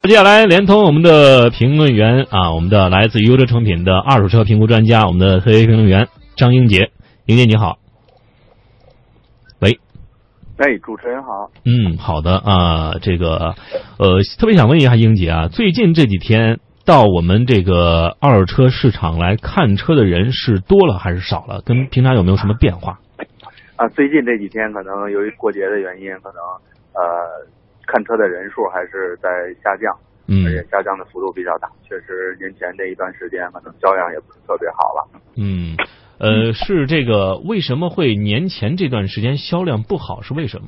接下来连通我们的评论员啊，我们的来自于优车成品的二手车评估专家，我们的特约评论员张英杰。英杰你好。喂。 哎，主持人好。 好的啊，特别想问一下英杰啊，最近这几天到我们这个二手车市场来看车的人是多了还是少了？跟平常有没有什么变化？ 最近这几天可能由于过节的原因，可能看车的人数还是在下降，而且下降的幅度比较大。确实，年前这一段时间可能销量也不是特别好了。 是这个为什么会年前这段时间销量不好？是为什么？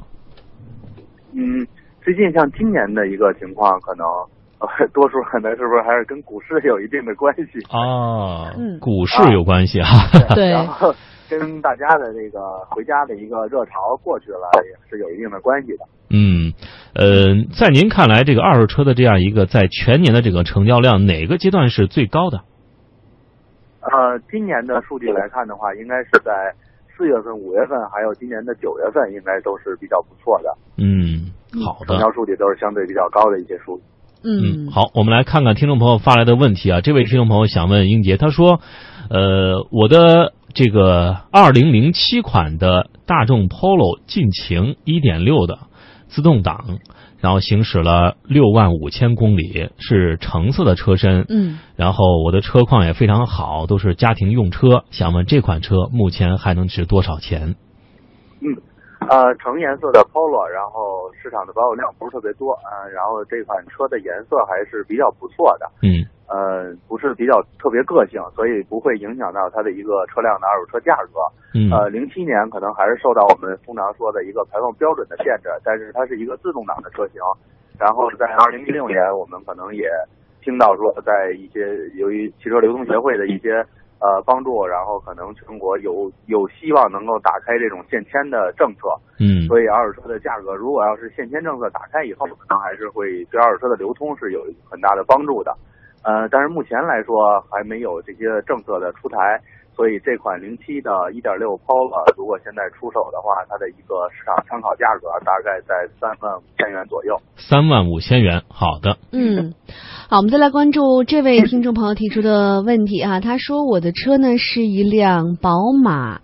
最近像今年的一个情况，可能多数可能是不是还是跟股市有一定的关系啊？ 股市有关系啊。 对。然后跟大家的这个回家的一个热潮过去了，也是有一定的关系的。 在您看来，这个二手车的这样一个在全年的这个成交量，哪个阶段是最高的？ 今年的数据来看的话，应该是在4月份、5月份，还有今年的9月份，应该都是比较不错的。 好的。 成交数据都是相对比较高的一些数据。 好，我们来看看听众朋友发来的问题啊。这位听众朋友想问英杰，他说，我的这个2007款的大众 Polo 劲擎 1.6 的自动挡，然后行驶了65000公里，是橙色的车身。然后我的车况也非常好，都是家庭用车。想问这款车目前还能值多少钱？ 橙颜色的 Polo， 然后市场的保有量不是特别多然后这款车的颜色还是比较不错的。不是比较特别个性，所以不会影响到它的一个车辆的二手车价格。07年可能还是受到我们通常说的一个排放标准的限制，但是它是一个自动挡的车型。然后在2016年，我们可能也听到说，在一些由于汽车流通协会的一些帮助，然后可能全国有希望能够打开这种限迁的政策。所以二手车的价格如果要是限迁政策打开以后，可能还是会对二手车的流通是有很大的帮助的。但是目前来说还没有这些政策的出台，所以这款07的 1.6 Polo 如果现在出手的话，它的一个市场参考价格大概在35000元左右。 35000元，好的。 好，我们再来关注这位听众朋友提出的问题啊。他说我的车呢是一辆宝马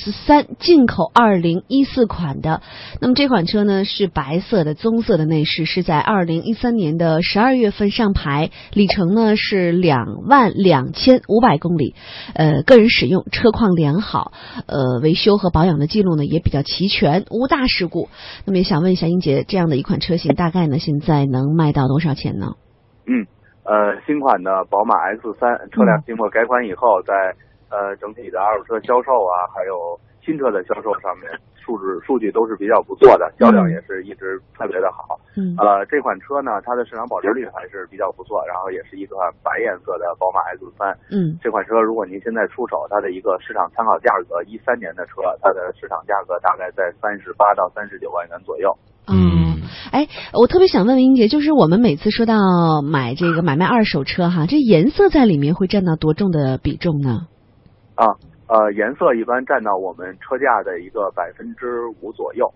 X3 进口2014款的，那么这款车呢是白色的棕色的内饰，是在2013年的12月份上牌，里程呢是22500公里，个人使用，车况良好，维修和保养的记录呢也比较齐全，无大事故。那么也想问一下英杰，这样的一款车型大概呢现在能卖到多少钱呢？ 新款的宝马 X3 车辆经过改款以后，在整体的二手车销售还有新车的销售上面，数据都是比较不错的，销量也是一直特别的好。这款车呢，它的市场保值率还是比较不错，然后也是一款白颜色的宝马 X3。这款车如果您现在出手，它的一个市场参考价格，13年的车，它的市场价格大概在38到39万元左右。 我特别想问问英杰，就是我们每次说到买卖二手车哈，这颜色在里面会占到多重的比重呢？ 颜色一般占到我们车价的一个5%左右。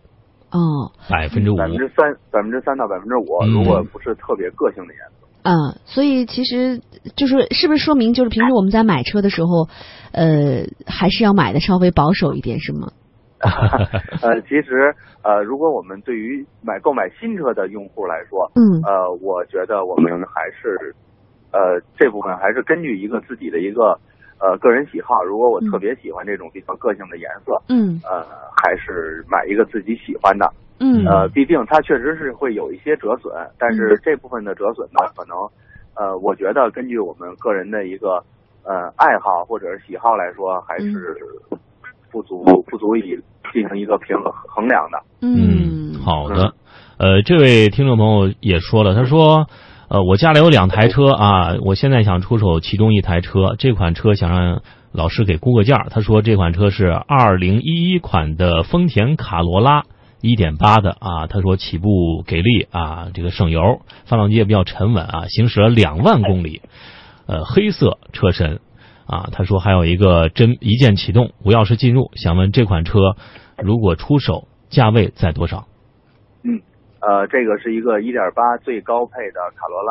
5%，3% 到5%，如果不是特别个性的颜色。 所以其实是不是说明就是平时我们在买车的时候，还是要买的稍微保守一点，是吗？ 其实如果我们对于购买新车的用户来说，我觉得我们还是这部分还是根据一个自己的一个个人喜好。如果我特别喜欢这种比较个性的颜色，还是买一个自己喜欢的。毕竟它确实是会有一些折损，但是这部分的折损呢，可能我觉得根据我们个人的一个爱好或者是喜好来说，还是不足以进行一个衡量的。 好的。这位听众朋友也说了，他说我家里有2台车啊，我现在想出手其中一台车，这款车想让老师给估个价。他说这款车是2011款的丰田卡罗拉 1.8 的啊，他说起步给力啊，这个省油，发动机也比较沉稳啊，行驶了2万公里，黑色车身啊，他说还有一个一键启动，无钥匙进入。想问这款车如果出手，价位在多少？ 这个是一个1.8最高配的卡罗拉，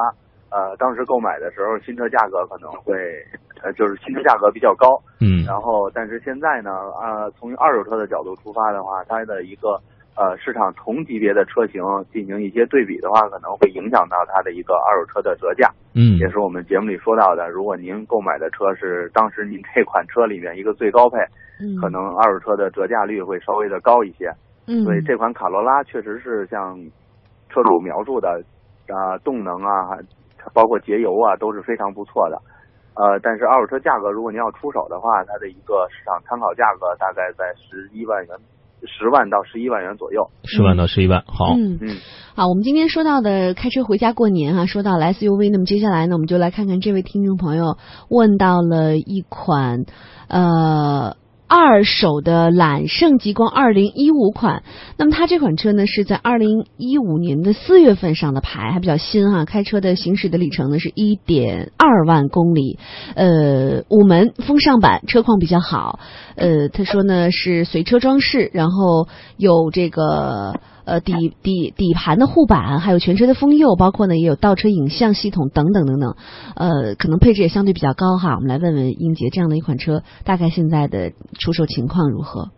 当时购买的时候新车价格可能会就是新车价格比较高，然后但是现在呢从二手车的角度出发的话，它的一个市场同级别的车型进行一些对比的话，可能会影响到它的一个二手车的折价。也是我们节目里说到的，如果您购买的车是当时您这款车里面一个最高配，可能二手车的折价率会稍微的高一些。所以这款卡罗拉确实是像车主描述的，动能啊，包括节油啊，都是非常不错的。但是二手车价格，如果您要出手的话，它的一个市场参考价格大概在11万元。10万到11万元左右 ，10万到11万，好， 好，我们今天说到的开车回家过年啊，说到了 SUV， 那么接下来呢，我们就来看看这位听众朋友问到了一款二手的揽胜极光2015款，那么它这款车呢是在2015年的4月份上的牌，还比较新哈，开车的行驶的里程呢是1.2万公里，5门风尚版，车况比较好，他说呢是随车装饰，然后有这个底盘的护板，还有全车的风釉，包括呢也有倒车影像系统等等等等，可能配置也相对比较高哈。我们来问问英杰，这样的一款车大概现在的出售情况如何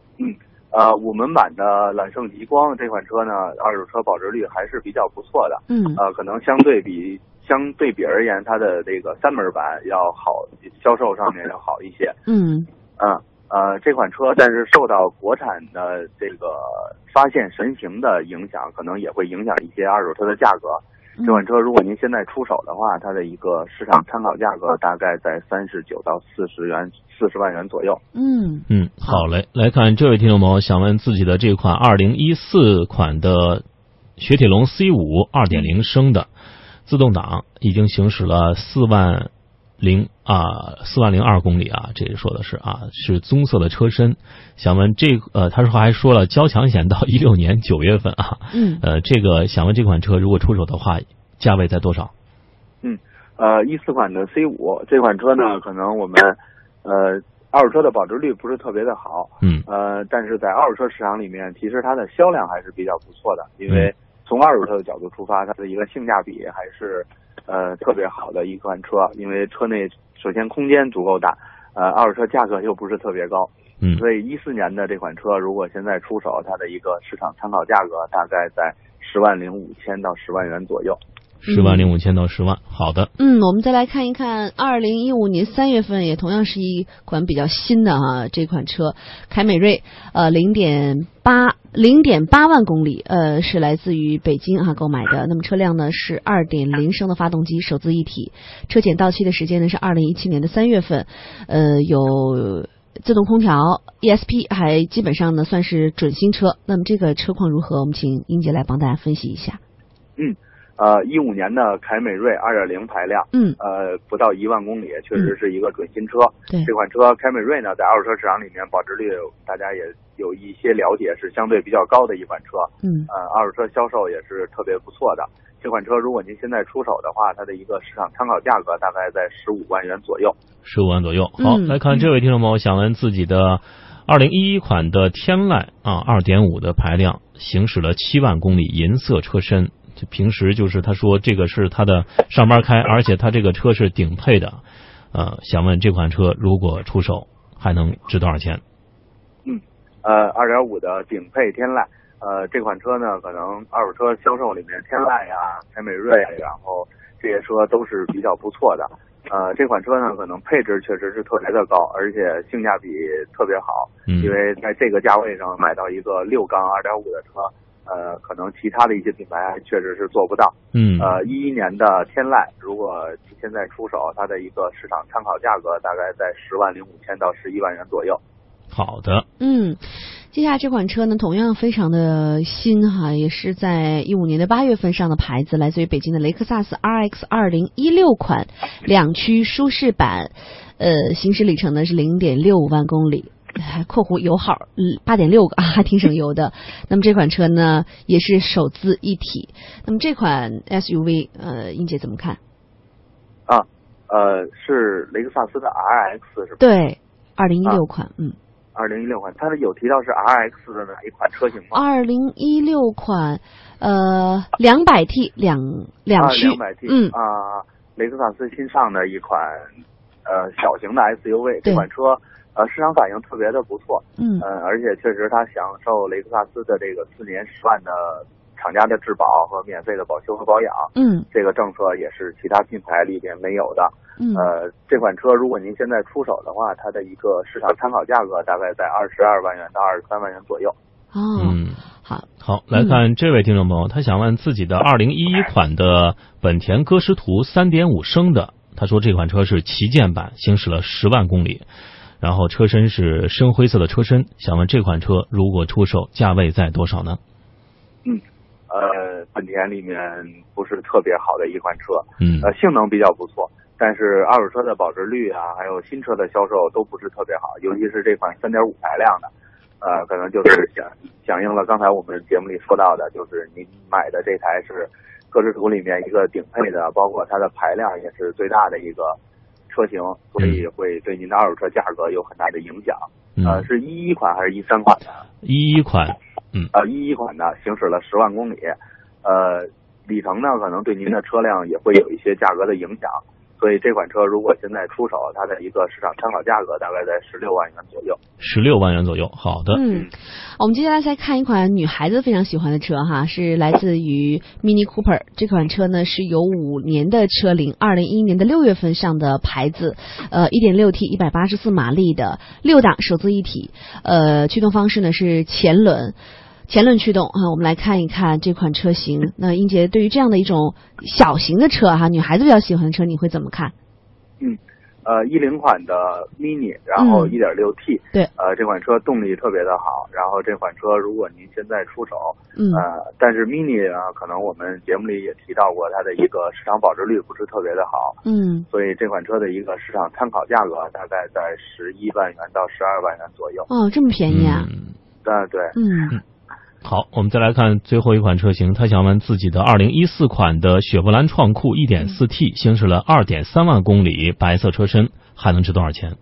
？5门版的揽胜极光这款车呢，二手车保值率还是比较不错的。可能相对比而言，它的这个3门版要好，销售上面要好一些。这款车但是受到国产的这个发现神行的影响，可能也会影响一些二手车的价格。这款车如果您现在出手的话，它的一个市场参考价格大概在39到40万元左右。 好嘞，来看这位听众朋友想问自己的这款2014款的雪铁龙 C5 2.0 升的自动挡，已经行驶了4万02公里啊，这说的是是棕色的车身。想问他还说了交强险到16年9月份啊。这个想问这款车如果出手的话，价位在多少 ？14款的 C5 这款车呢，可能我们二手车的保值率不是特别的好。但是在二手车市场里面，其实它的销量还是比较不错的，因为从二手车的角度出发，它的一个性价比还是特别好的一款车，因为车内首先空间足够大，二手车价格又不是特别高，所以14年的这款车如果现在出手，它的一个市场参考价格大概在10.5万到10万元左右。 10.5万到10万，好的。 我们再来看一看2015年3月份也同样是一款比较新的这款车，凯美瑞0.8万公里，是来自于北京购买的。那么车辆呢是2.0升的发动机，手自一体，车检到期的时间呢是2017年的3月份，有自动空调 ESP， 还基本上呢算是准新车。那么这个车况如何？我们请英杰来帮大家分析一下。 15年的凯美瑞2.0排量，不到1万公里，确实是一个准新车。这款车凯美瑞呢，在二手车市场里面保值率大家也有一些了解，是相对比较高的一款车。二手车销售也是特别不错的。这款车如果您现在出手的话，它的一个市场参考价格大概在15万元左右。 15万左右。好，来看这位听众朋友想问自己的2011款的天籁2.5的排量，行驶了7万公里，银色车身。平时就是他说这个是他的上班开，而且他这个车是顶配的，想问这款车如果出手还能值多少钱 ？2.5的顶配天籁，这款车呢，可能二手车销售里面天籁凯美瑞，然后这些车都是比较不错的。这款车呢，可能配置确实是特别的高，而且性价比特别好，因为在这个价位上买到一个6缸2.5的车。可能其他的一些品牌确实是做不到。11年的天籁，如果现在出手，它的一个市场参考价格大概在10.5万到11万元左右。 好的。 接下来这款车呢，同样非常的新哈，也是在15年的8月份上的牌子，来自于北京的雷克萨斯 RX 2016款2驱舒适版，行驶里程呢是0.65万公里。括弧油耗8.6个还挺省油的。那么这款车呢也是手自一体。那么这款 SUV 英姐怎么看？ 是雷克萨斯的 RX 是吧？ 对，2016款。 2016款，它有提到是 RX 的哪一款车型吗 ？2016款，200T 两驱 ，200T，雷克萨斯新上的一款小型的 SUV， 这款车市场反应特别的不错，而且确实它享受雷克萨斯的这个4年10万的厂家的质保和免费的保修和保养，这个政策也是其他品牌里边没有的。这款车如果您现在出手的话，它的一个市场参考价格大概在22万元到23万元左右。 好，来看这位听众朋友，他想问自己的2011款的本田歌诗图3.5升的，他说这款车是旗舰版，行驶了10万公里，然后车身是深灰色的车身，想问这款车如果出手，价位在多少呢？ 本田里面不是特别好的一款车，性能比较不错，但是二手车的保值率啊，还有新车的销售都不是特别好，尤其是这款3.5排量的，可能就是响应了刚才我们节目里说到的，就是您买的这台是歌诗图里面一个顶配的，包括它的排量也是最大的一个车型，所以会对您的二手车价格有很大的影响。是11款还是13款的 ？11款。 11款的，行驶了10万公里，里程呢可能对您的车辆也会有一些价格的影响，所以这款车如果现在出手，它的一个市场参考价格大概在16万元左右。16 万元左右，好的。 我们接下来再看一款女孩子非常喜欢的车哈，是来自于 Mini Cooper。这款车呢是有5年的车龄，2011年的6月份上的牌子，1.6T 184马力的6档手自一体，驱动方式呢是前轮驱动啊。我们来看一看这款车型。那英杰对于这样的一种小型的车哈，女孩子比较喜欢的车，你会怎么看 ？10款的 Mini， 然后 1.6T， 对， 这款车动力特别的好，然后这款车如果您现在出手，但是 Mini 可能我们节目里也提到过，它的一个市场保值率不是特别的好，所以这款车的一个市场参考价格大概在11万元到12万元左右。 这么便宜啊？ 对。 好，我们再来看最后一款车型，他想问自己的2014款的雪佛兰创酷 1.4T 行驶了2.3万公里，白色车身，还能值多少钱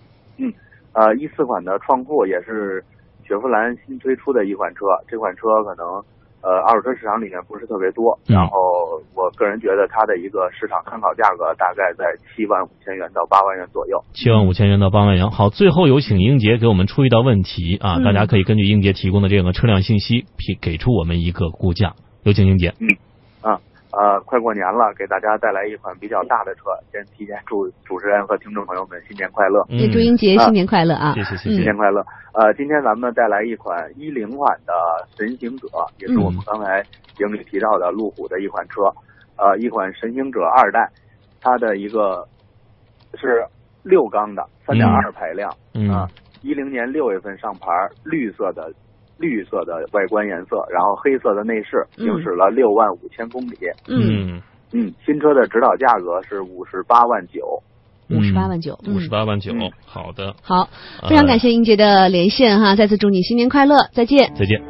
？14款的创酷也是雪佛兰新推出的一款车，这款车可能二手车市场里面不是特别多，然后我个人觉得它的一个市场参考价格大概在7万5千元到8万元左右。 7万5千元到8万元。好，最后有请英杰给我们出一道问题啊，大家可以根据英杰提供的这个车辆信息给出我们一个估价。有请英杰。 快过年了，给大家带来一款比较大的车，先提前祝主持人和听众朋友们新年快乐。 也祝英杰新年快乐啊！ 谢谢， 新年快乐。今天咱们带来一款10款的神行者，也是我们刚才节目里提到的路虎的一款车，一款神行者2代，它的一个是6缸的3.2排量，10年6月份上牌，绿色的外观颜色，然后黑色的内饰，行驶了6万5千公里。新车的指导价格是58万9。 58万9。 58万9。好的。 好，非常感谢英杰的连线哈，再次祝你新年快乐，再见。 再见。